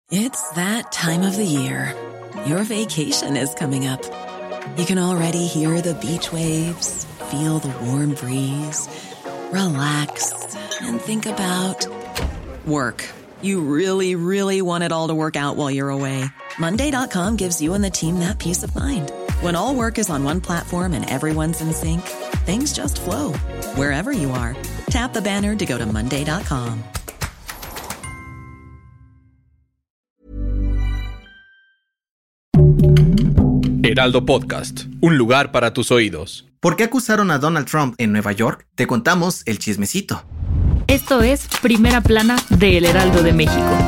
It's that time of the year. Your vacation is coming up. You can already hear the beach waves, feel the warm breeze, relax, and think about work. You really, really want it all to work out while you're away. Monday.com gives you and the team that peace of mind. When all work is on one platform and everyone's in sync, things just flow. Wherever you are, tap the banner to go to Monday.com. Heraldo Podcast, un lugar para tus oídos. ¿Por qué acusaron a Donald Trump en Nueva York? Te contamos el chismecito. Esto es Primera Plana de El Heraldo de México.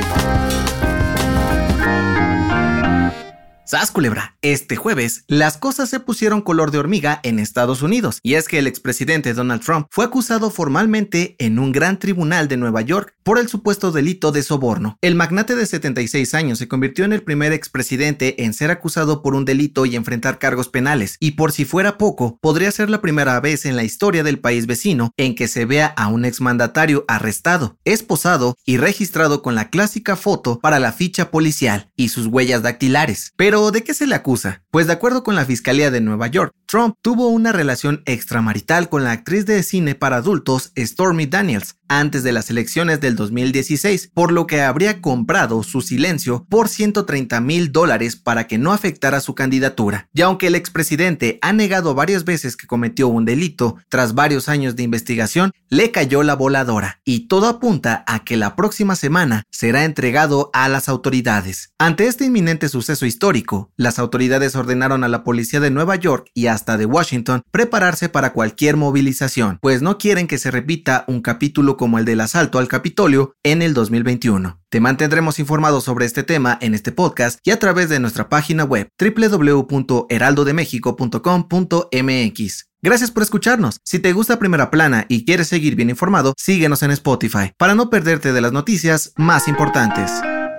¡Sas, culebra! Este jueves, las cosas se pusieron color de hormiga en Estados Unidos, y es que el expresidente Donald Trump fue acusado formalmente en un gran tribunal de Nueva York por el supuesto delito de soborno. El magnate de 76 años se convirtió en el primer expresidente en ser acusado por un delito y enfrentar cargos penales, y por si fuera poco, podría ser la primera vez en la historia del país vecino en que se vea a un exmandatario arrestado, esposado y registrado con la clásica foto para la ficha policial y sus huellas dactilares. Pero ¿de qué se le acusa? Pues de acuerdo con la Fiscalía de Nueva York, Trump tuvo una relación extramarital con la actriz de cine para adultos Stormy Daniels antes de las elecciones del 2016, por lo que habría comprado su silencio por $130,000 para que no afectara su candidatura. Y aunque el expresidente ha negado varias veces que cometió un delito, tras varios años de investigación, le cayó la voladora, y todo apunta a que la próxima semana será entregado a las autoridades. Ante este inminente suceso histórico, las autoridades ordenaron a la policía de Nueva York y hasta de Washington prepararse para cualquier movilización, pues no quieren que se repita un capítulo como el del asalto al Capitolio en el 2021. Te mantendremos informado sobre este tema en este podcast y a través de nuestra página web www.heraldodemexico.com.mx. Gracias por escucharnos. Si te gusta Primera Plana y quieres seguir bien informado, síguenos en Spotify para no perderte de las noticias más importantes.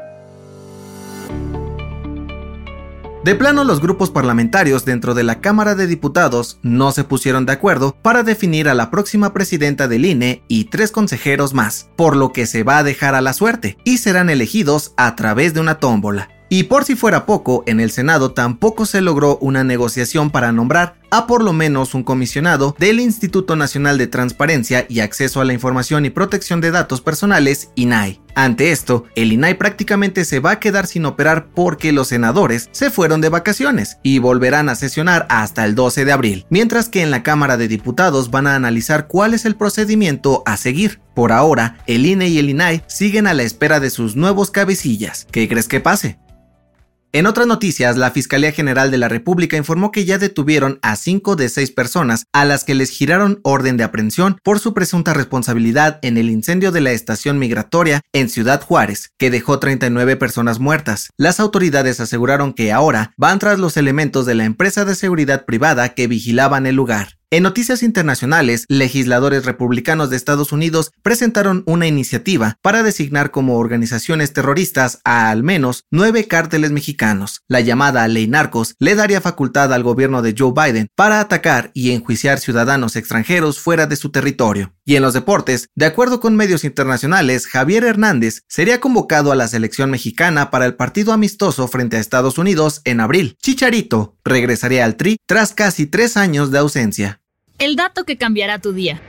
De plano, los grupos parlamentarios dentro de la Cámara de Diputados no se pusieron de acuerdo para definir a la próxima presidenta del INE y 3 consejeros más, por lo que se va a dejar a la suerte y serán elegidos a través de una tómbola. Y por si fuera poco, en el Senado tampoco se logró una negociación para nombrar a por lo menos un comisionado del Instituto Nacional de Transparencia y Acceso a la Información y Protección de Datos Personales, INAI. Ante esto, el INAI prácticamente se va a quedar sin operar porque los senadores se fueron de vacaciones y volverán a sesionar hasta el 12 de abril, mientras que en la Cámara de Diputados van a analizar cuál es el procedimiento a seguir. Por ahora, el INE y el INAI siguen a la espera de sus nuevos cabecillas. ¿Qué crees que pase? En otras noticias, la Fiscalía General de la República informó que ya detuvieron a 5 de 6 personas a las que les giraron orden de aprehensión por su presunta responsabilidad en el incendio de la estación migratoria en Ciudad Juárez, que dejó 39 personas muertas. Las autoridades aseguraron que ahora van tras los elementos de la empresa de seguridad privada que vigilaban el lugar. En noticias internacionales, legisladores republicanos de Estados Unidos presentaron una iniciativa para designar como organizaciones terroristas a al menos 9 cárteles mexicanos. La llamada Ley Narcos le daría facultad al gobierno de Joe Biden para atacar y enjuiciar ciudadanos extranjeros fuera de su territorio. Y en los deportes, de acuerdo con medios internacionales, Javier Hernández sería convocado a la selección mexicana para el partido amistoso frente a Estados Unidos en abril. Chicharito regresaría al Tri tras casi 3 años de ausencia. El dato que cambiará tu día.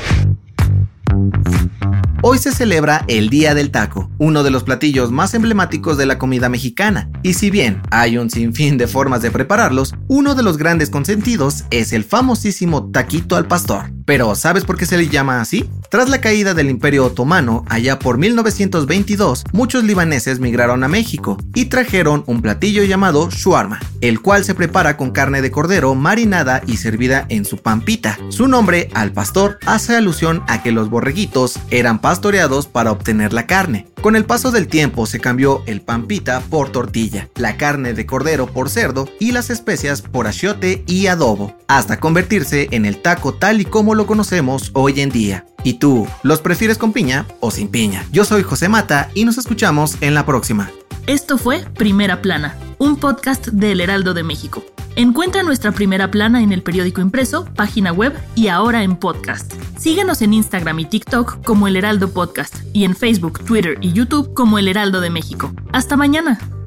Hoy se celebra el Día del Taco, uno de los platillos más emblemáticos de la comida mexicana, y si bien hay un sinfín de formas de prepararlos, uno de los grandes consentidos es el famosísimo taquito al pastor. Pero ¿sabes por qué se le llama así? Tras la caída del Imperio Otomano, allá por 1922, muchos libaneses migraron a México y trajeron un platillo llamado shawarma, el cual se prepara con carne de cordero marinada y servida en su pampita. Su nombre, al pastor, hace alusión a que los borreguitos eran pastoreados para obtener la carne. Con el paso del tiempo se cambió el pampita por tortilla, la carne de cordero por cerdo y las especias por achiote y adobo, hasta convertirse en el taco tal y como lo conocemos hoy en día. ¿Y tú, los prefieres con piña o sin piña? Yo soy José Mata y nos escuchamos en la próxima. Esto fue Primera Plana, un podcast de El Heraldo de México. Encuentra nuestra Primera Plana en el periódico impreso, página web y ahora en podcast. Síguenos en Instagram y TikTok como El Heraldo Podcast y en Facebook, Twitter y YouTube como El Heraldo de México. ¡Hasta mañana!